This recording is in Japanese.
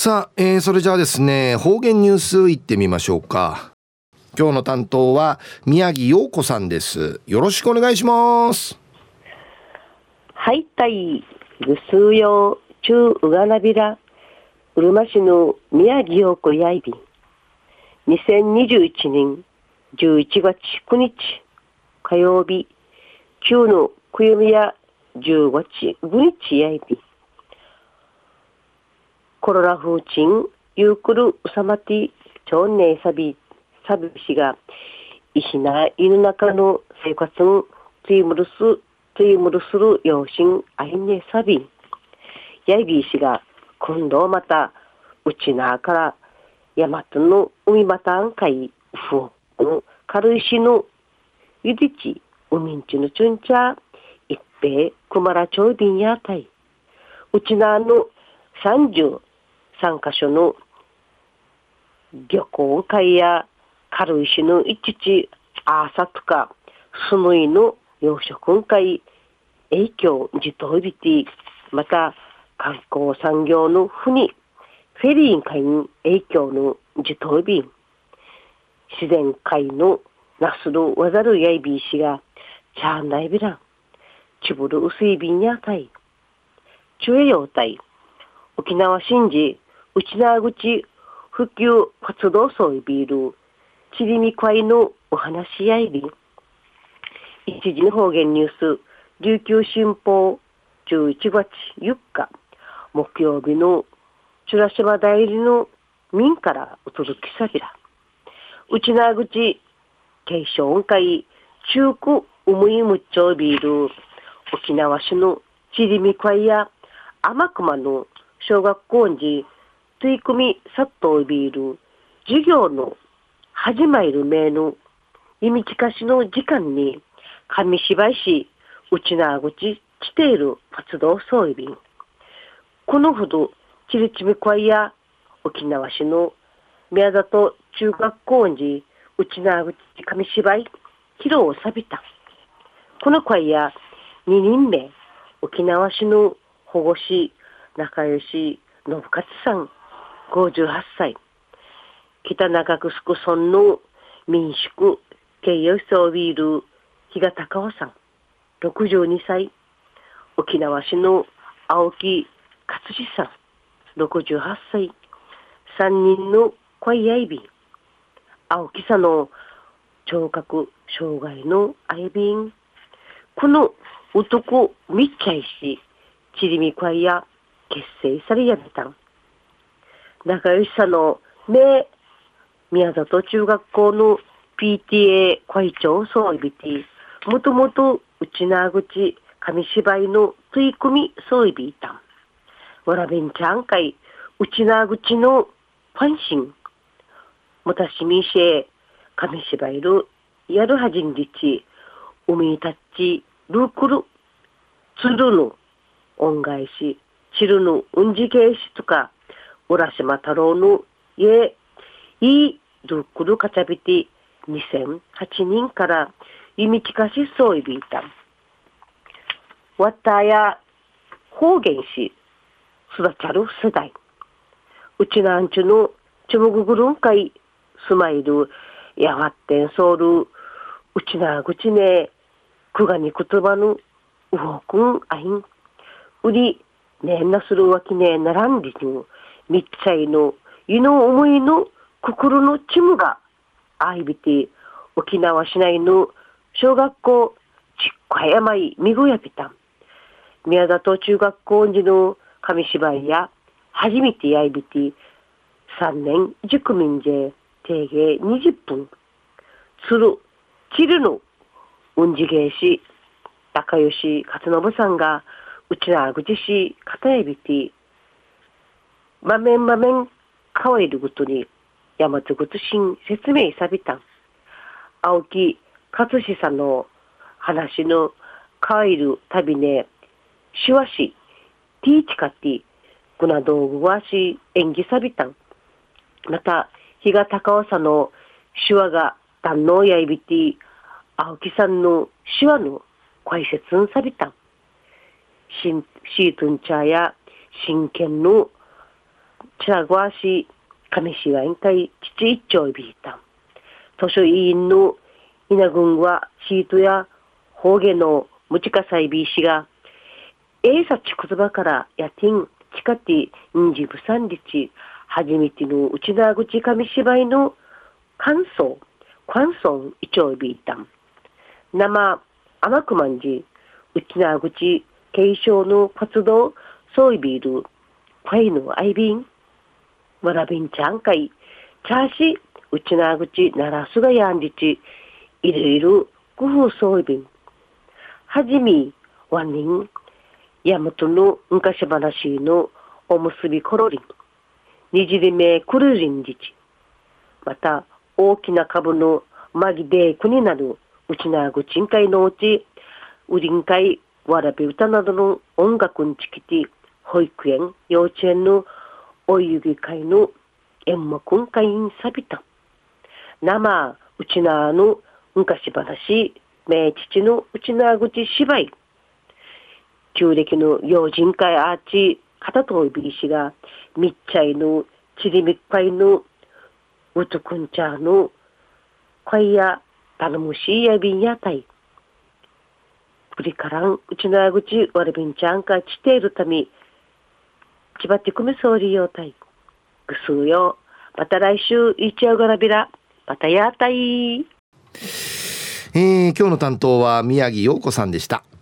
さあ、それじゃあですね、方言ニュースいってみましょうか。今日の担当は宮城陽子さんです。よろしくお願いします。 はい、たいぐすうよう中うがなびらうるま市の宮城陽子やいびん2021年11月9日火曜日旧のくゆみや10月5日やいびんコロナ風鎮ゆうくるうさまて町内サビしが石な犬中の生活をついむるする養親あいねサビやいびしが今度またうちなからやまとの海またんかいふの軽石のゆでち海んちのちゅんちゃ一平くまらちょいびんやたいうちなの33カ所の漁港会や軽石の一地あさとかすむいの養殖会影響自動ビティまた観光産業の船フェリー会に影響の自動便自然界のなするわざるやいびいしがチャーナイビランちぶる薄い便やたい中栄養体沖縄新寺内縄口普及活動総いビールちりみ会のお話やいびん一時の方言ニュース琉球新報11月4日木曜日のチュラシマ代理の民からお届けさびら内縄口継承音会中区うむいむっちょうビール沖縄市のちりみ会や天熊の小学校に取り組み殺到ビール授業の始まる名の意味近しの時間に上芝居市内縄口来ている活動総意便このほどちりちみ会や沖縄市の宮里中学校に内縄口上芝居披露をさびたこの会や2人目沖縄市の保護士仲良し信勝さん58歳北中城村の民宿経営層ビール比嘉隆夫さん62歳沖縄市の青木勝志さん68歳3人の恋やいびん青木さんの聴覚障害のあいびんこの男みっちゃいしちりみ会や結成されやびたん仲良しさの名宮里中学校の PTA 会長総いびてもともと内縄口上芝居の取り組み総いびいたんわらべんちゃん会内縄口のファンシンもたしみしえ上芝居るやるはじんりち海たちルークルつるぬ恩返しちるぬうんじけいしとか浦島太郎のえいいルークルかちゃびて2008人から弓木かしそういびいたわったや方言し育ちゃる世代うちなんちゅのちむぐぐるんかいスマイルやがってんソウルうちなぐちねくがにくつばぬうほくんあいんうりねんなするわきねならんりにみっちゃいのいの思いのくくるのちむがあいびて沖縄市内の小学校ちっかやまいみぐやびたん宮里中学校にの紙芝居や初めてやいびて3年塾民税定芸20分つるちるのうんじげいし仲良し勝信さんがうちなぐじしかたえびてまめんかわいるごとに山津ぐつしん説明さびたん青木勝志さんの話のかわいる旅ねしわしティーチカティグナ道具わし演技さびたんまた比嘉隆夫さんの手話が堪能やいびて青木さんの手話の解説んさびたんシートンチャーや真剣のチラゴアシ上市は委会父一丁ビータン図書委員の稲郡はシートや方言のムチカサイビー氏がサチクズバからやてんチカティンジブサンリチ初めての内縄口紙芝居の感想関村一丁ビータン生甘くまんじ内縄口継承の活動ソイビールファイのアイビンわらびんちゃんかいチャーシ内縄口ならすがやんりちいろいろ工夫ソイビンはじみわにんやむとの昔話のおむすびコロリンにじりめくるりんじちまた大きな株のまぎでくになる内縄口んかいのうちうりんかいわらび歌などの音楽にちきて保育園幼稚園のおゆぎ会の演目んかいんさびた生内縄の昔話名父の内縄口芝居旧暦の幼人会アーチ片とびしがみっちゃいのちりみっぱいのうとくんちゃの声や頼むしやびんやたいくりからん内縄口わらびんちゃんかちているためちばってくめそうりようたいぐすうよまた来週いちゃうがらびらまたやたい今日の担当は宮城陽子さんでした。